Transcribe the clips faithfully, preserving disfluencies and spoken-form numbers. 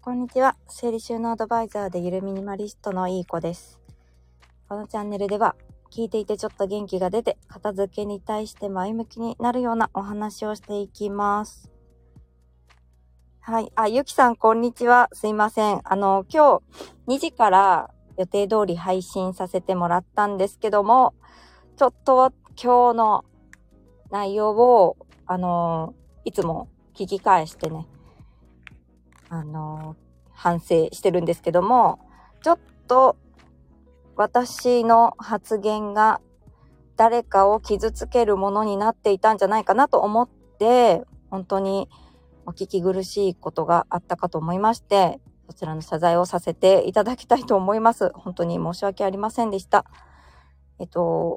こんにちは。整理収納アドバイザーでゆるミニマリストのいい子です。このチャンネルでは聞いていてちょっと元気が出て片付けに対して前向きになるようなお話をしていきます。はい。あ、ゆきさんこんにちは。すいません。あの、今日にじから予定通り配信させてもらったんですけども、ちょっと今日の内容を、あの、いつも聞き返してね、あの反省してるんですけども、ちょっと私の発言が誰かを傷つけるものになっていたんじゃないかなと思って、本当にお聞き苦しいことがあったかと思いまして、そちらの謝罪をさせていただきたいと思います。本当に申し訳ありませんでした。えっと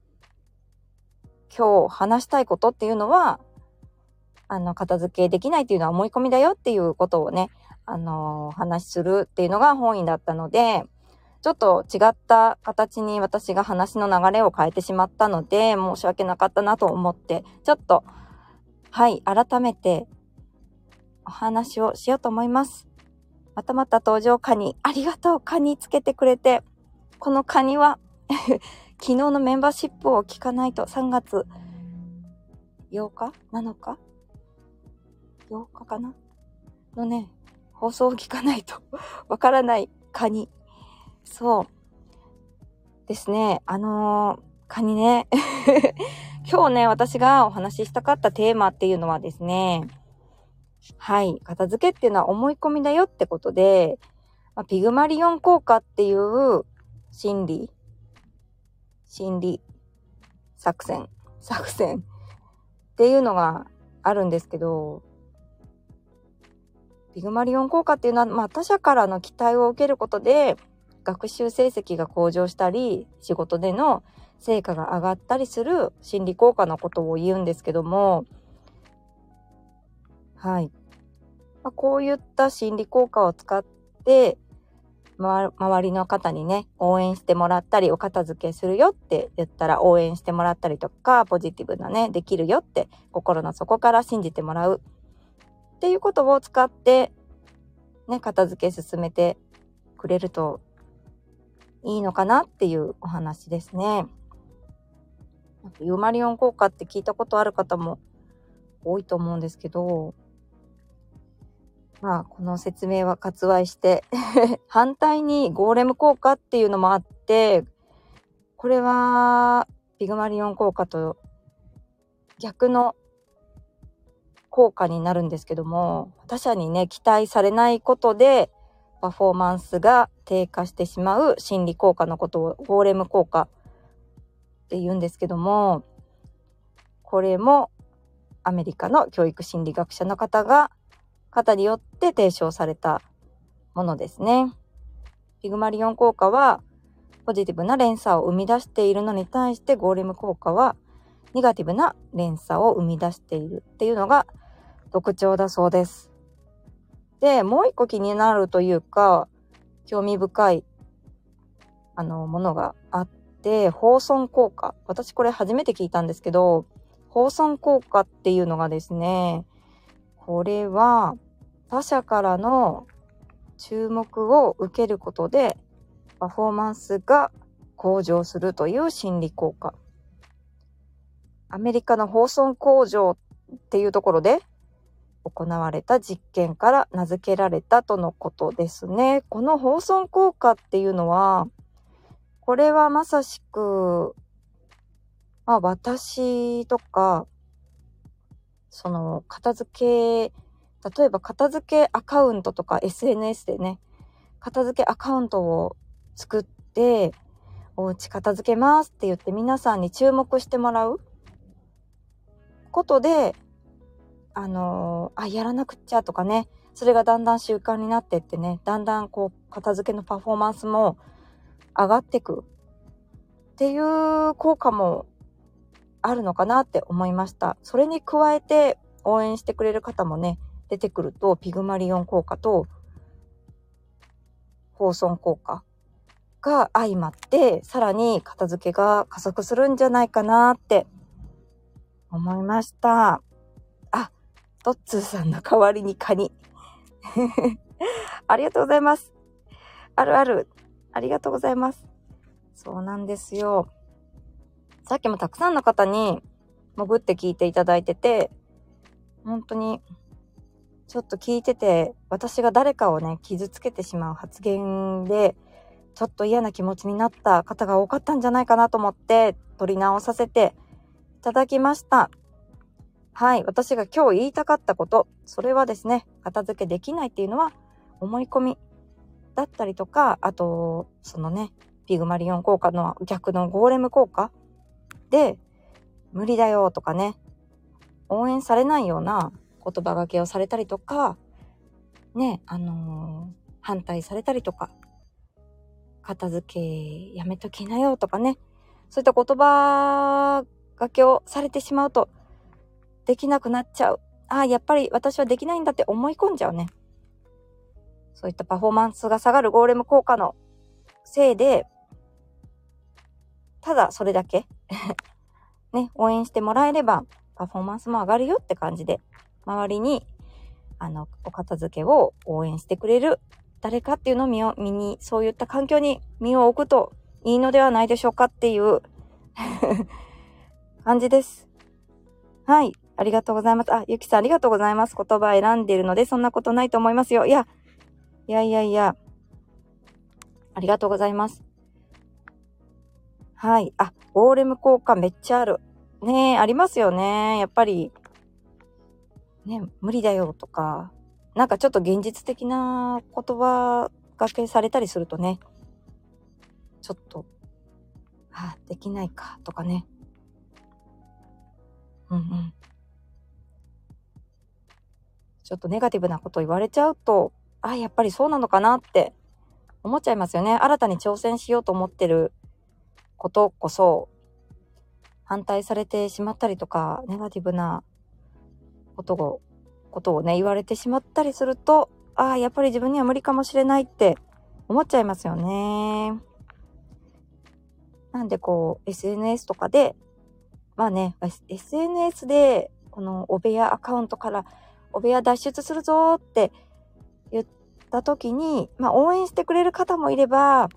今日話したいことっていうのは、あの片付けできないっていうのは思い込みだよっていうことをね、あのー、話するっていうのが本意だったので、ちょっと違った形に私が話の流れを変えてしまったので申し訳なかったなと思って、ちょっとはい改めてお話をしようと思います。またまた登場カニ、ありがとう。カニつけてくれて、このカニは昨日のメンバーシップを聞かないと。さんがつようかなのかようかかなのね、放送を聞かないとわからないカニ。そうですね。あのー、カニね。今日ね、私がお話ししたかったテーマっていうのはですね、はい、片付けっていうのは思い込みだよってことで、まあ、ピグマリオン効果っていう心理、心理作戦、作戦っていうのがあるんですけど、ピグマリオン効果っていうのは、まあ、他者からの期待を受けることで学習成績が向上したり仕事での成果が上がったりする心理効果のことを言うんですけども、はい、まあ、こういった心理効果を使って、ま、周りの方にね応援してもらったり、お片付けするよって言ったら応援してもらったりとか、ポジティブなねできるよって心の底から信じてもらうっていうことを使ってね、片付け進めてくれるといいのかなっていうお話ですね。ピグマリオン効果って聞いたことある方も多いと思うんですけど、まあこの説明は割愛して反対にゴーレム効果っていうのもあって、これはピグマリオン効果と逆の効果になるんですけども、他者にね期待されないことでパフォーマンスが低下してしまう心理効果のことをゴーレム効果って言うんですけども、これもアメリカの教育心理学者の方が方によって提唱されたものですね。ピグマリオン効果はポジティブな連鎖を生み出しているのに対して、ゴーレム効果はネガティブな連鎖を生み出しているっていうのが特徴だそうです。で、もう一個気になるというか興味深いあのものがあって、ホーソン効果。私これ初めて聞いたんですけど、ホーソン効果っていうのがですね、これは他者からの注目を受けることでパフォーマンスが向上するという心理効果。アメリカのホーソン工場っていうところで行われた実験から名付けられたとのことですね。このホーソン効果っていうのは、これはまさしく、まあ、私とかその片付け、例えば片付けアカウントとか エスエヌエス でね片付けアカウントを作って、お家片付けますって言って皆さんに注目してもらうことで、あのー、あやらなくっちゃとかね、それがだんだん習慣になってってね、だんだんこう片付けのパフォーマンスも上がってくっていう効果もあるのかなって思いました。それに加えて応援してくれる方もね出てくると、ピグマリオン効果とホーソン効果が相まってさらに片付けが加速するんじゃないかなって思いました。あ、トッツーさんの代わりにカニありがとうございます。あるある。ありがとうございます。そうなんですよ。さっきもたくさんの方に潜って聞いていただいてて、本当にちょっと聞いてて、私が誰かをね、傷つけてしまう発言で、ちょっと嫌な気持ちになった方が多かったんじゃないかなと思って、取り直させていただきました。はい、私が今日言いたかったこと、それはですね、片付けできないっていうのは思い込みだったりとか、あと、そのね、ピグマリオン効果の逆のゴーレム効果で、無理だよとかね、応援されないような言葉がけをされたりとか、ね、あのー、反対されたりとか、片付けやめときなよとかね、そういった言葉がけをされてしまうと、できなくなっちゃう。ああ、やっぱり私はできないんだって思い込んじゃうね。そういったパフォーマンスが下がるゴーレム効果のせいで、ただそれだけね、応援してもらえればパフォーマンスも上がるよって感じで、周りにあのお片付けを応援してくれる誰かっていうのを身を身に、そういった環境に身を置くといいのではないでしょうかっていう感じです。はい、ありがとうございます。あ、ゆきさんありがとうございます。言葉選んでいるのでそんなことないと思いますよ。いや、いやいやいや、ありがとうございます。はい、あ、ゴーレム効果めっちゃある。ねえ、ありますよね。やっぱりね、無理だよとか、なんかちょっと現実的な言葉がけされたりするとね、ちょっと、あ、できないかとかね。うんうん。ちょっとネガティブなこと言われちゃうと、あ、やっぱりそうなのかなって思っちゃいますよね。新たに挑戦しようと思ってることこそ、反対されてしまったりとか、ネガティブなことを、ことをね、言われてしまったりすると、ああ、やっぱり自分には無理かもしれないって思っちゃいますよね。なんでこう、エスエヌエス とかで、まあね、エスエヌエス で、このお部屋アカウントからお部屋脱出するぞって言った時に、まあ応援してくれる方もいれば、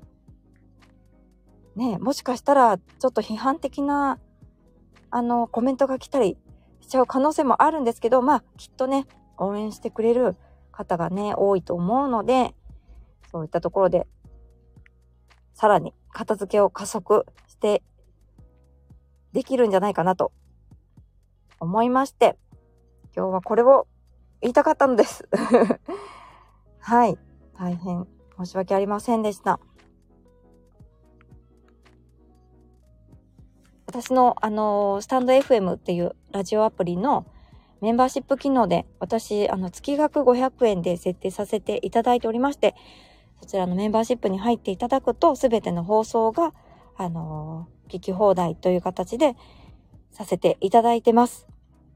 ね、もしかしたらちょっと批判的な、あの、コメントが来たりしちゃう可能性もあるんですけど、まあきっとね、応援してくれる方がね、多いと思うので、そういったところで、さらに片付けを加速してできるんじゃないかなと思いまして、今日はこれを言いたかったのです。はい。大変申し訳ありませんでした。私の、あのー、スタンド エフエム っていうラジオアプリのメンバーシップ機能で、私、あの、月額ごひゃくえんで設定させていただいておりまして、そちらのメンバーシップに入っていただくと、すべての放送が、あのー、聞き放題という形でさせていただいてます。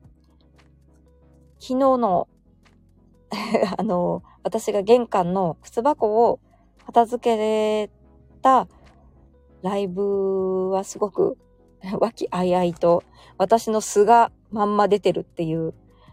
昨日の、あのー、私が玄関の靴箱を片付けたライブはすごく和気あいあいと私の素がまんま出てるっていう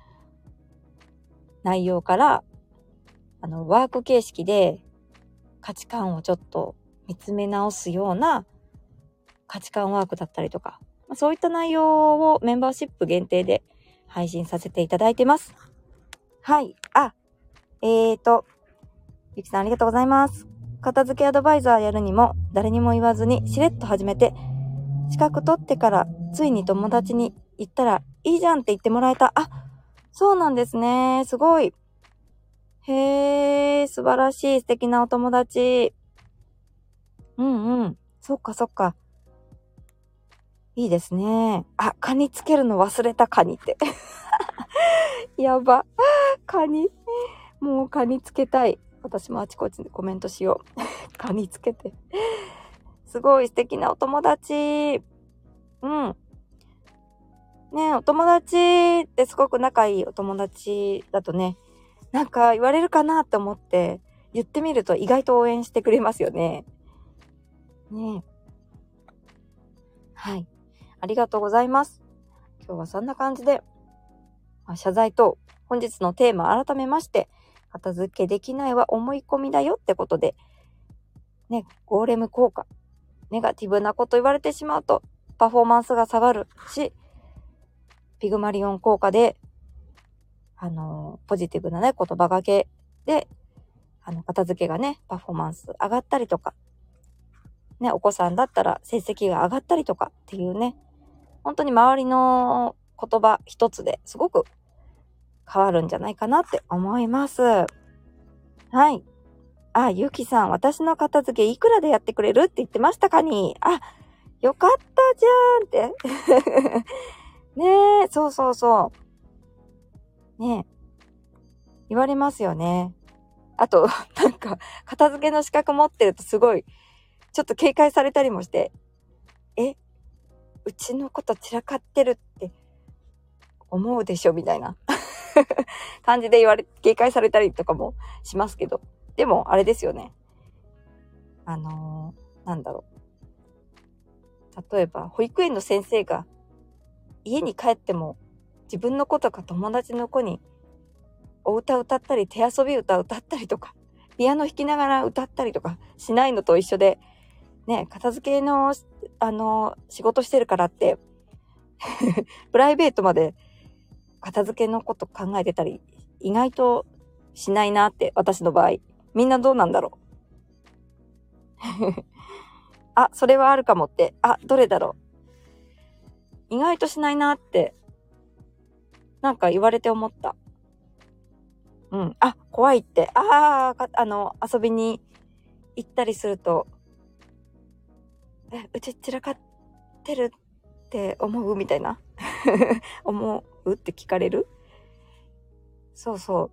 内容から、あのワーク形式で価値観をちょっと見つめ直すような価値観ワークだったりとか、そういった内容をメンバーシップ限定で配信させていただいてます。はい。あ、えーとゆきさんありがとうございます。片付けアドバイザーやるにも誰にも言わずにしれっと始めて、資格取ってからついに友達に言ったらいいじゃんって言ってもらえた。あ、そうなんですね。すごい。へー、素晴らしい素敵なお友達。うんうん。そっかそっか。いいですね。あ、カニつけるの忘れた、カニって。やば。カニ。もうカニつけたい。私もあちこちでコメントしよう。カニつけて。すごい素敵なお友達。うん。ねえ、お友達ってすごく仲いいお友達だとね、なんか言われるかなって思って言ってみると意外と応援してくれますよね。ねえ。はい。ありがとうございます。今日はそんな感じで、まあ、謝罪と本日のテーマ改めまして、 片付けできないは思い込みだよってことで、ね、ゴーレム効果。ネガティブなこと言われてしまうとパフォーマンスが下がるし、ピグマリオン効果で、あのー、ポジティブなね、言葉がけで、あの、片付けがね、パフォーマンス上がったりとか、ね、お子さんだったら成績が上がったりとかっていうね、本当に周りの言葉一つですごく変わるんじゃないかなって思います。はい。あ、ゆきさん、私の片付けいくらでやってくれるって言ってましたかに。あ、よかったじゃんって。ねえ、そうそうそう。ねえ、言われますよね。あと、なんか、片付けの資格持ってるとすごい、ちょっと警戒されたりもして、え、うちのこと散らかってるって思うでしょみたいな感じで言われ、警戒されたりとかもしますけど。でも、あれですよね。あのー、なんだろう。例えば、保育園の先生が家に帰っても自分の子とか友達の子にお歌歌ったり、手遊び歌歌ったりとか、ピアノ弾きながら歌ったりとかしないのと一緒で、ね、片付けの、あのー、仕事してるからって、プライベートまで片付けのこと考えてたり、意外としないなって、私の場合。みんなどうなんだろう。あ、それはあるかもって。あ、どれだろう。意外としないなって、なんか言われて思った。うん。あ、怖いって。ああ、あの、遊びに行ったりすると、え、うち散らかってるって思うみたいな。思うって聞かれる？そうそう。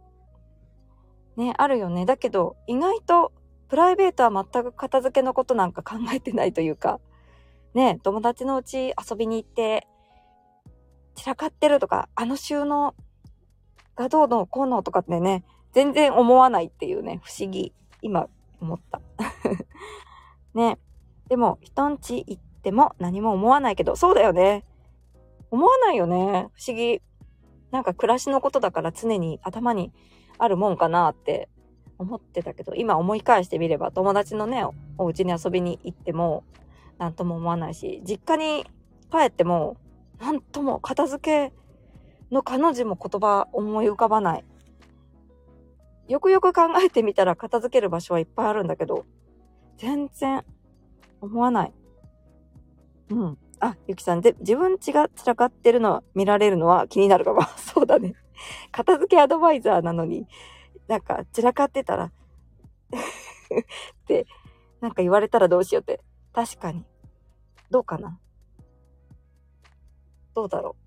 ね、あるよね。だけど、意外と、プライベートは全く片付けのことなんか考えてないというか、ね、友達のうち遊びに行って、散らかってるとか、あの収納がどうのこうのとかってね、全然思わないっていうね、不思議。今思った。ね。でも、人んち行っても何も思わないけど、そうだよね。思わないよね。不思議。なんか暮らしのことだから常に頭にあるもんかなって思ってたけど、今思い返してみれば友達のね、お家に遊びに行ってもなんとも思わないし、実家に帰ってもなんとも片付けの彼女も言葉思い浮かばない。よくよく考えてみたら片付ける場所はいっぱいあるんだけど、全然思わない。うん。あ、ゆきさんで、自分家が散らかってるのは見られるのは気になるかも。そうだね。片付けアドバイザーなのに、なんか散らかってたらって、なんか言われたらどうしようって。確かに。どうかな？どうだろ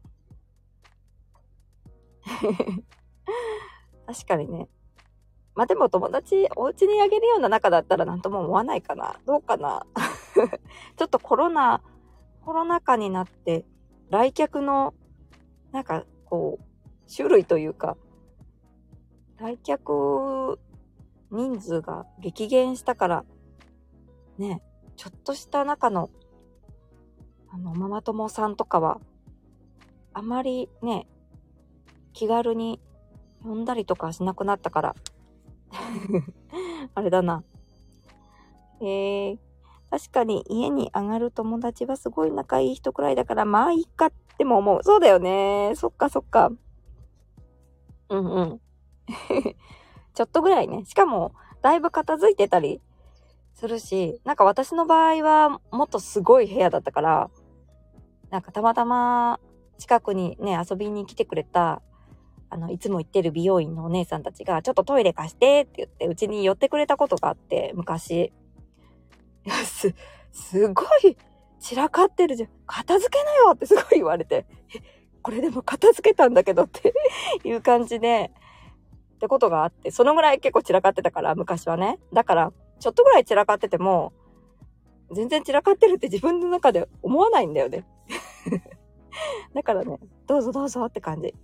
う。確かにね。まあでも友達、お家にあげるような仲だったらなんとも思わないかな。どうかな。ちょっとコロナ、コロナ禍になって、来客の、なんかこう、種類というか、来客人数が激減したから、ね、ちょっとした中の、あの、ママ友さんとかは、あまりね、気軽に呼んだりとかしなくなったから、あれだな。えー、確かに家に上がる友達はすごい仲いい人くらいだから、まあいいかっても思う。そうだよね。そっかそっか。うんうん。ちょっとぐらいね。しかも、だいぶ片付いてたりするし、なんか私の場合はもっとすごい部屋だったから、なんかたまたま近くにね、遊びに来てくれた、あの、いつも行ってる美容院のお姉さんたちが、ちょっとトイレ貸してって言って、うちに寄ってくれたことがあって、昔。いや、す、すごい散らかってるじゃん。片付けなよってすごい言われて、え、これでも片付けたんだけどっていう感じで、ってことがあって、そのぐらい結構散らかってたから、昔はね。だから、ちょっとぐらい散らかってても、全然散らかってるって自分の中で思わないんだよね。だからね、どうぞどうぞって感じ。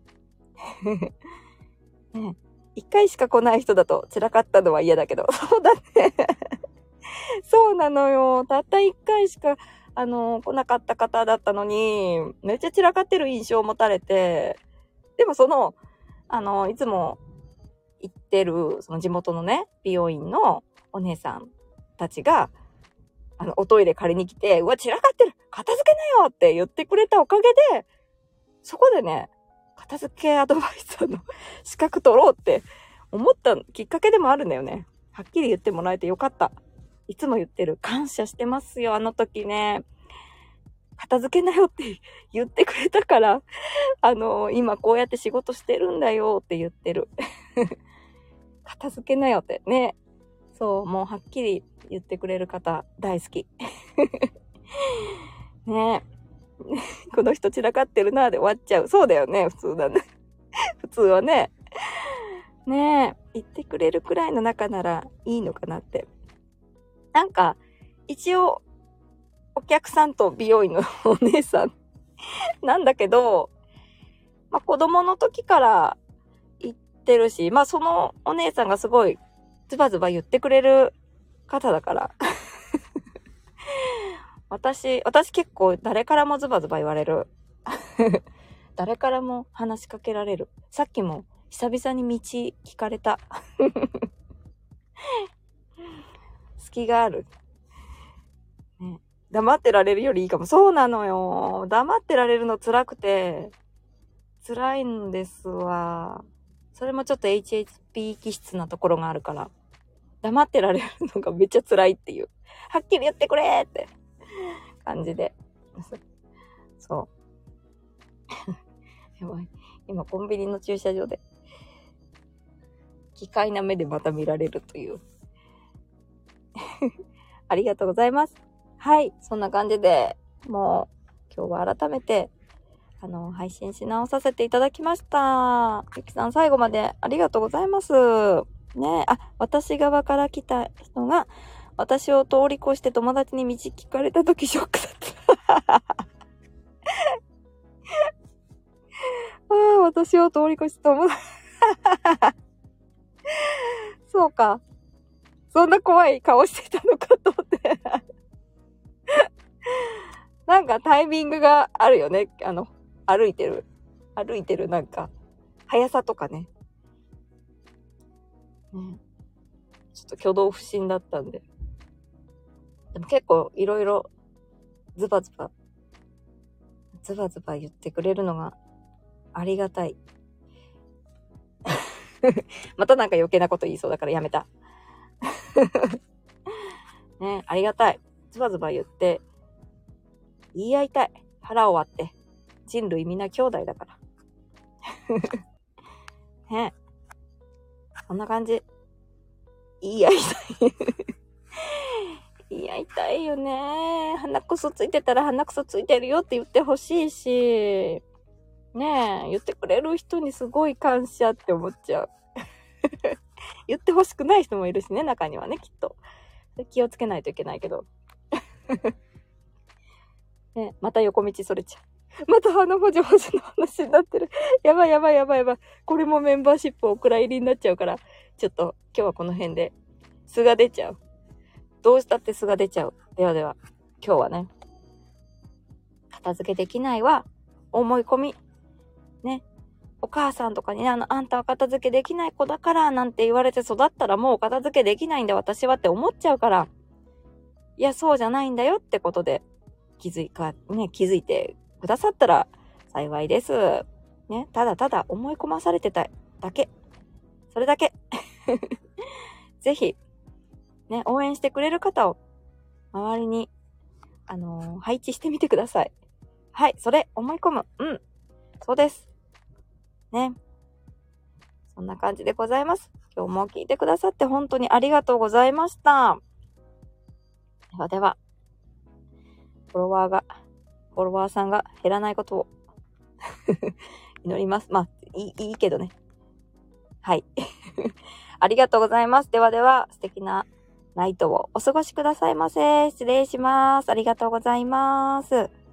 ね、一回しか来ない人だと散らかったのは嫌だけど、そうだね。そうなのよ。たった一回しか、あの、来なかった方だったのに、めっちゃ散らかってる印象を持たれて、でもその、あの、いつも行ってる、その地元のね、美容院のお姉さんたちが、あの、おトイレ借りに来て、うわ、散らかってる、片付けなよって言ってくれたおかげで、そこでね、片付けアドバイザーの資格取ろうって思ったきっかけでもあるんだよね。はっきり言ってもらえてよかった。いつも言ってる。感謝してますよ。あの時ね、片付けなよって言ってくれたから、あの、今こうやって仕事してるんだよって言ってる。片付けなよってね。そう、もうはっきり言ってくれる方大好き。ねこの人散らかってるなーで終わっちゃう。そうだよね、普通だね。普通はね。ねえ、言ってくれるくらいの仲ならいいのかなって。なんか、一応、お客さんと美容院のお姉さんなんだけど、まあ子供の時から行ってるし、まあそのお姉さんがすごいズバズバ言ってくれる方だから。私、私結構誰からもズバズバ言われる。誰からも話しかけられる。さっきも久々に道聞かれた。隙がある。ね、黙ってられるよりいいかも。そうなのよ。黙ってられるの辛くて、辛いんですわ。それもちょっと エイチエイチピー 気質なところがあるから、黙ってられるのがめっちゃ辛いっていう。はっきり言ってくれーって感じで。そう。やばい。今コンビニの駐車場で、奇怪な目でまた見られるという。ありがとうございます。はい。そんな感じで、もう今日は改めて、あの、配信し直させていただきました。ゆきさん最後までありがとうございます。ね、あ、私側から来た人が、私を通り越して友達に道聞かれたときショックだった。ああ、私を通り越して友達。そうか。そんな怖い顔してたのかと思って。なんかタイミングがあるよね。あの、歩いてる。歩いてるなんか、速さとかね。ね。ちょっと挙動不審だったんで。でも結構いろいろズバズバ、ズバズバ言ってくれるのがありがたい。またなんか余計なこと言いそうだからやめた。ね、ありがたい。ズバズバ言って、言い合いたい。腹を割って。人類みんな兄弟だから。ね。こんな感じ。言い合いたい。言い合いたいよね。鼻くそついてたら鼻くそついてるよって言ってほしいし。ねえ、言ってくれる人にすごい感謝って思っちゃう。言ってほしくない人もいるしね、中にはね、きっと。気をつけないといけないけど。ね、また横道それちゃう。また鼻ほじほじの話になってる。やばいやばいやばいやばい。これもメンバーシップお蔵入りになっちゃうから、ちょっと今日はこの辺で素が出ちゃう。どうしたって素が出ちゃう。ではでは、今日はね、片付けできないは思い込み。ね。お母さんとかにね、あの、あんたは片付けできない子だからなんて言われて育ったらもう片付けできないんだ私はって思っちゃうから、いや、そうじゃないんだよってことで気づいか、ね、気づいてくださったら幸いです。ね、ただただ思い込まされてただけ。それだけ。ぜひ、ね、応援してくれる方を周りに、あのー、配置してみてください。はい、それ、思い込む。うん。そうです。ね。そんな感じでございます。今日も聞いてくださって本当にありがとうございました。ではでは、フォロワーが、フォロワーさんが減らないことを祈ります。まあ、いい、いいけどね。はい。ありがとうございます。ではでは、素敵なナイトをお過ごしくださいませ。失礼します。ありがとうございます。